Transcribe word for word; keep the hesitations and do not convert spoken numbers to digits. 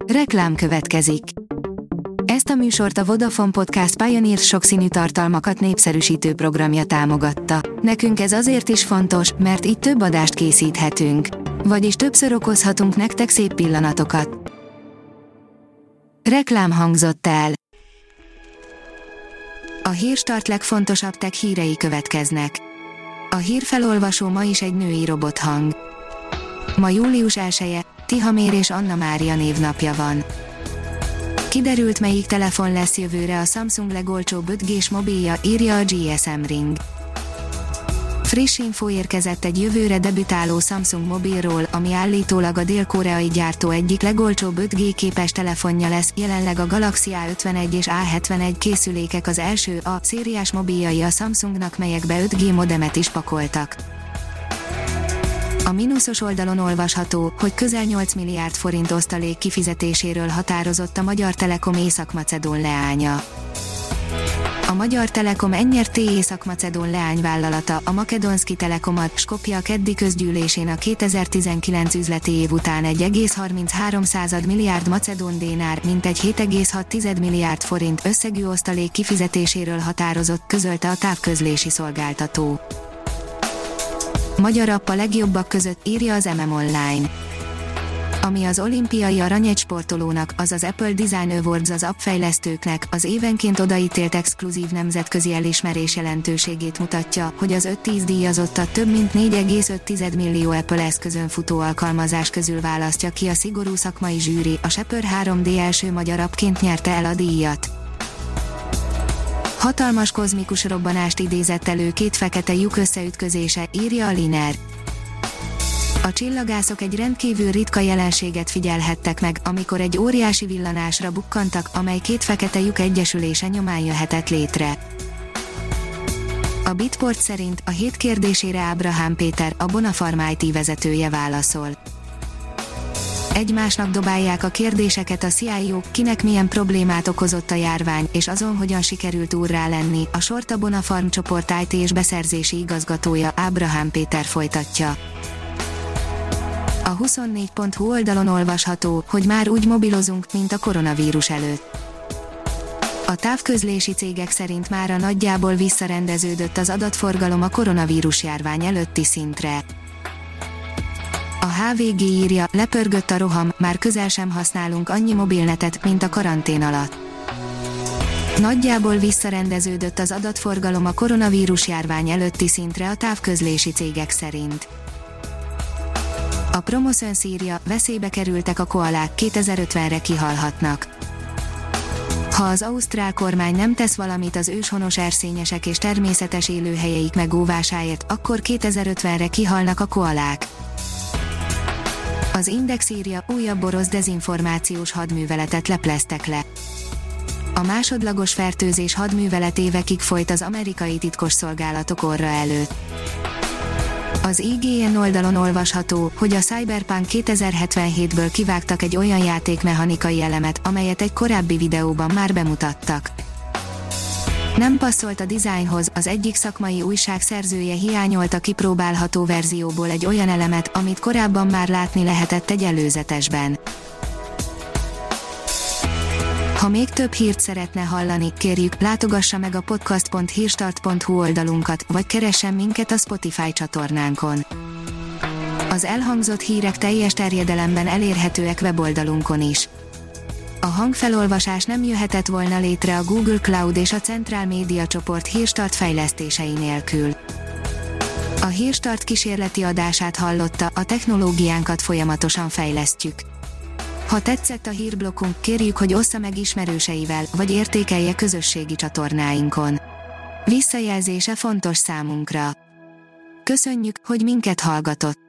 Reklám következik. Ezt a műsort a Vodafone Podcast Pioneer sokszínű tartalmakat népszerűsítő programja támogatta. Nekünk ez azért is fontos, mert így több adást készíthetünk. Vagyis többször okozhatunk nektek szép pillanatokat. Reklám hangzott el. A Hírstart legfontosabb tech hírei következnek. A hírfelolvasó ma is egy női robothang. Ma július elseje, Tihamér és Anna Mária névnapja van. Kiderült, melyik telefon lesz jövőre a Samsung legolcsóbb öt G-s mobilja, írja a gé es em Ring. Friss info érkezett egy jövőre debütáló Samsung mobilról, ami állítólag a dél-koreai gyártó egyik legolcsóbb öt G képes telefonja lesz. Jelenleg a Galaxy á ötvenegy és á hetvenegy készülékek az első A szériás mobiljai a Samsungnak, melyekbe öt G modemet is pakoltak. A mínuszos oldalon olvasható, hogy közel nyolc milliárd forint osztalék kifizetéséről határozott a Magyar Telekom Észak-Macedón leánya. A Magyar Telekom Enyerté Észak-Macedón leányvállalata, a Makedonszki Telekomat, Skopje keddi közgyűlésén a kétezer-tizenkilenc üzleti év után egy egész harminchárom milliárd macedón dénár, mintegy hét egész hat milliárd forint összegű osztalék kifizetéséről határozott, közölte a távközlési szolgáltató. Magyar app a legjobbak között, írja az em em Online. Ami az olimpiai arany egy sportolónak, az az Apple Design Awards az appfejlesztőknek, az évenként odaítélt exkluzív nemzetközi elismerés jelentőségét mutatja, hogy az öt-tíz díjazottat több mint négy egész öt millió Apple eszközön futó alkalmazás közül választja ki a szigorú szakmai zsűri. A Shepherd három dé első magyar appként nyerte el a díjat. Hatalmas kozmikus robbanást idézett elő két fekete lyuk összeütközése, írja a Liner. A csillagászok egy rendkívül ritka jelenséget figyelhettek meg, amikor egy óriási villanásra bukkantak, amely két fekete lyuk egyesülése nyomán jöhetett létre. A Bitport szerint a hét kérdésére Ábrahám Péter, a Bonafarm í té vezetője válaszol. Egymásnak dobálják a kérdéseket a cé í ó-k, kinek milyen problémát okozott a járvány, és azon hogyan sikerült úrrá lenni. A sort a Bonafarm csoport í té és beszerzési igazgatója, Ábrahám Péter folytatja. A huszonnégy pont hu oldalon olvasható, hogy már úgy mobilozunk, mint a koronavírus előtt. A távközlési cégek szerint mára nagyjából visszarendeződött az adatforgalom a koronavírus járvány előtti szintre. A há vé gé írja, lepörgött a roham, már közel sem használunk annyi mobilnetet, mint a karantén alatt. Nagyjából visszarendeződött az adatforgalom a koronavírus járvány előtti szintre a távközlési cégek szerint. A Promoszöns írja, veszélybe kerültek a koalák, kétezer-ötvenre kihalhatnak. Ha az ausztrál kormány nem tesz valamit az őshonos erszényesek és természetes élőhelyeik megóvásáért, akkor kétezer-ötvenre kihalnak a koalák. Az Index írja, újabb orosz dezinformációs hadműveletet lepleztek le. A másodlagos fertőzés hadművelet évekig folyt az amerikai titkosszolgálatok orra előtt. Az i gé en oldalon olvasható, hogy a Cyberpunk kétezer-hetvenhétből kivágtak egy olyan játékmechanikai elemet, amelyet egy korábbi videóban már bemutattak. Nem passzolt a dizájnhoz, az egyik szakmai újság szerzője hiányolta kipróbálható verzióból egy olyan elemet, amit korábban már látni lehetett egy előzetesben. Ha még több hírt szeretne hallani, kérjük, látogassa meg a podcast pont hírstart pont hu oldalunkat, vagy keressen minket a Spotify csatornánkon. Az elhangzott hírek teljes terjedelemben elérhetőek weboldalunkon is. A hangfelolvasás nem jöhetett volna létre a Google Cloud és a Centrál Média csoport Hírstart fejlesztései nélkül. A Hírstart kísérleti adását hallotta, a technológiánkat folyamatosan fejlesztjük. Ha tetszett a hírblokkunk, kérjük, hogy ossza meg ismerőseivel, vagy értékelje közösségi csatornáinkon. Visszajelzése fontos számunkra. Köszönjük, hogy minket hallgatott!